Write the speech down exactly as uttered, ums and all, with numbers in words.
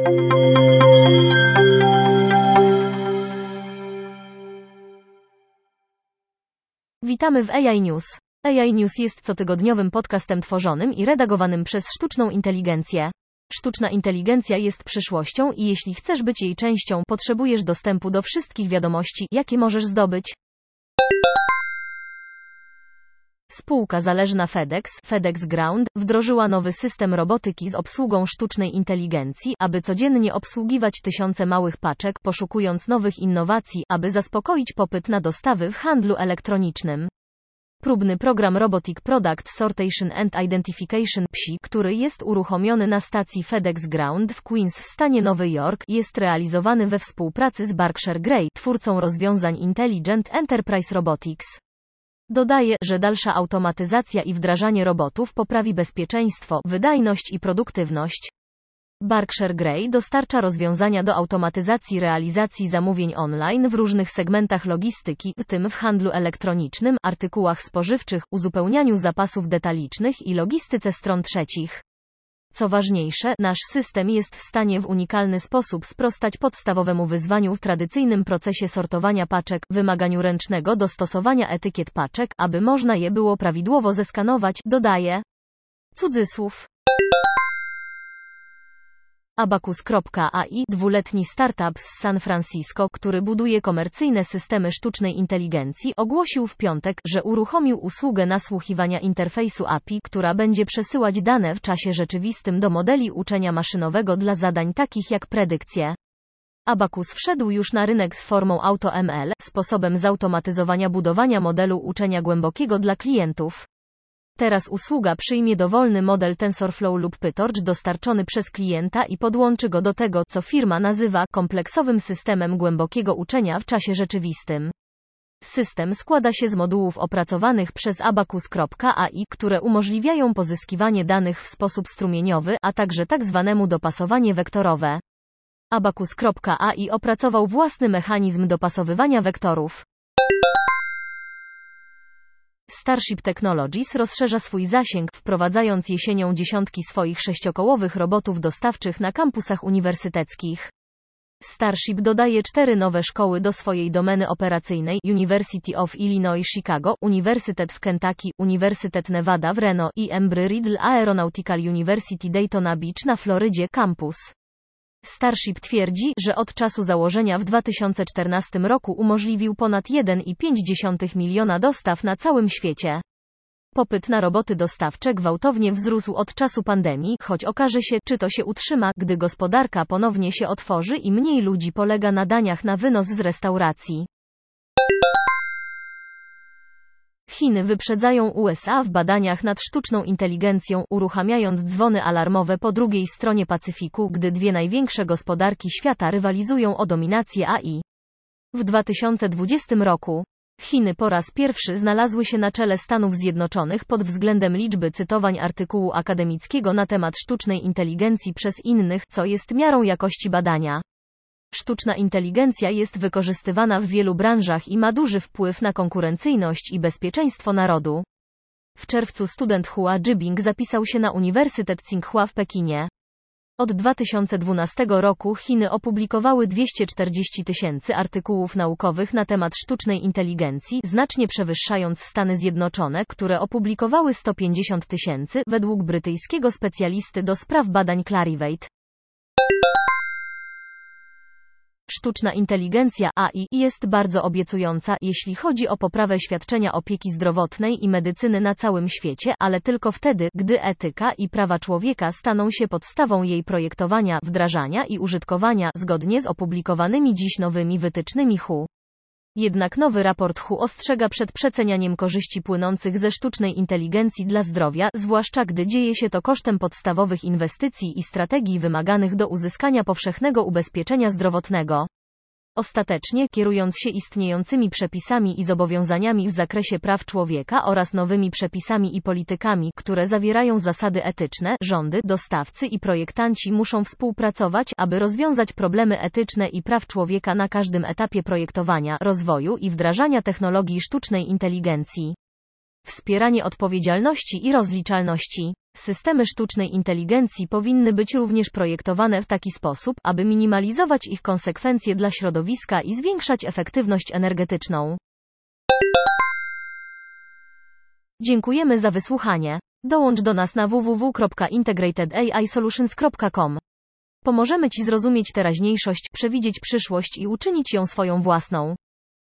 Witamy w A I News. A I News jest cotygodniowym podcastem tworzonym i redagowanym przez sztuczną inteligencję. Sztuczna inteligencja jest przyszłością i jeśli chcesz być jej częścią, potrzebujesz dostępu do wszystkich wiadomości, jakie możesz zdobyć. Spółka zależna FedEx, FedEx Ground, wdrożyła nowy system robotyki z obsługą sztucznej inteligencji, aby codziennie obsługiwać tysiące małych paczek, poszukując nowych innowacji, aby zaspokoić popyt na dostawy w handlu elektronicznym. Próbny program Robotic Product Sortation and Identification P S I, który jest uruchomiony na stacji FedEx Ground w Queens w stanie Nowy Jork, jest realizowany we współpracy z Berkshire Grey, twórcą rozwiązań Intelligent Enterprise Robotics. Dodaje, że dalsza automatyzacja i wdrażanie robotów poprawi bezpieczeństwo, wydajność i produktywność. Berkshire Grey dostarcza rozwiązania do automatyzacji realizacji zamówień online w różnych segmentach logistyki, w tym w handlu elektronicznym, artykułach spożywczych, uzupełnianiu zapasów detalicznych i logistyce stron trzecich. Co ważniejsze, nasz system jest w stanie w unikalny sposób sprostać podstawowemu wyzwaniu w tradycyjnym procesie sortowania paczek, wymaganiu ręcznego dostosowania etykiet paczek, aby można je było prawidłowo zeskanować, dodaje. Cudzysłów. Abacus kropka A I, dwuletni startup z San Francisco, który buduje komercyjne systemy sztucznej inteligencji, ogłosił w piątek, że uruchomił usługę nasłuchiwania interfejsu A P I, która będzie przesyłać dane w czasie rzeczywistym do modeli uczenia maszynowego dla zadań takich jak predykcje. Abacus wszedł już na rynek z formą AutoML, sposobem zautomatyzowania budowania modelu uczenia głębokiego dla klientów. Teraz usługa przyjmie dowolny model TensorFlow lub PyTorch dostarczony przez klienta i podłączy go do tego, co firma nazywa kompleksowym systemem głębokiego uczenia w czasie rzeczywistym. System składa się z modułów opracowanych przez Abacus kropka A I, które umożliwiają pozyskiwanie danych w sposób strumieniowy, a także tak zwanemu dopasowanie wektorowe. Abacus kropka A I opracował własny mechanizm dopasowywania wektorów. Starship Technologies rozszerza swój zasięg, wprowadzając jesienią dziesiątki swoich sześciokołowych robotów dostawczych na kampusach uniwersyteckich. Starship dodaje cztery nowe szkoły do swojej domeny operacyjnej: University of Illinois Chicago, Uniwersytet w Kentucky, Uniwersytet Nevada w Reno i Embry-Riddle Aeronautical University Daytona Beach na Florydzie campus. Starship twierdzi, że od czasu założenia w dwa tysiące czternastym roku umożliwił ponad jeden i pięć dziesiątych miliona dostaw na całym świecie. Popyt na roboty dostawcze gwałtownie wzrósł od czasu pandemii, choć okaże się, czy to się utrzyma, gdy gospodarka ponownie się otworzy i mniej ludzi polega na daniach na wynos z restauracji. Chiny wyprzedzają U S A w badaniach nad sztuczną inteligencją, uruchamiając dzwony alarmowe po drugiej stronie Pacyfiku, gdy dwie największe gospodarki świata rywalizują o dominację A I. W dwa tysiące dwudziestym roku Chiny po raz pierwszy znalazły się na czele Stanów Zjednoczonych pod względem liczby cytowań artykułu akademickiego na temat sztucznej inteligencji przez innych, co jest miarą jakości badania. Sztuczna inteligencja jest wykorzystywana w wielu branżach i ma duży wpływ na konkurencyjność i bezpieczeństwo narodu. W czerwcu student Hua Jibing zapisał się na Uniwersytet Tsinghua w Pekinie. Od dwa tysiące dwunastego roku Chiny opublikowały dwieście czterdzieści tysięcy artykułów naukowych na temat sztucznej inteligencji, znacznie przewyższając Stany Zjednoczone, które opublikowały sto pięćdziesiąt tysięcy, według brytyjskiego specjalisty do spraw badań Clarivate. Sztuczna inteligencja A I jest bardzo obiecująca, jeśli chodzi o poprawę świadczenia opieki zdrowotnej i medycyny na całym świecie, ale tylko wtedy, gdy etyka i prawa człowieka staną się podstawą jej projektowania, wdrażania i użytkowania, zgodnie z opublikowanymi dziś nowymi wytycznymi H U. Jednak nowy raport H U ostrzega przed przecenianiem korzyści płynących ze sztucznej inteligencji dla zdrowia, zwłaszcza gdy dzieje się to kosztem podstawowych inwestycji i strategii wymaganych do uzyskania powszechnego ubezpieczenia zdrowotnego. Ostatecznie, kierując się istniejącymi przepisami i zobowiązaniami w zakresie praw człowieka oraz nowymi przepisami i politykami, które zawierają zasady etyczne, rządy, dostawcy i projektanci muszą współpracować, aby rozwiązać problemy etyczne i praw człowieka na każdym etapie projektowania, rozwoju i wdrażania technologii sztucznej inteligencji. Wspieranie odpowiedzialności i rozliczalności. Systemy sztucznej inteligencji powinny być również projektowane w taki sposób, aby minimalizować ich konsekwencje dla środowiska i zwiększać efektywność energetyczną. Dziękujemy za wysłuchanie. Dołącz do nas na w w w kropka integrated a i solutions kropka com. Pomożemy Ci zrozumieć teraźniejszość, przewidzieć przyszłość i uczynić ją swoją własną.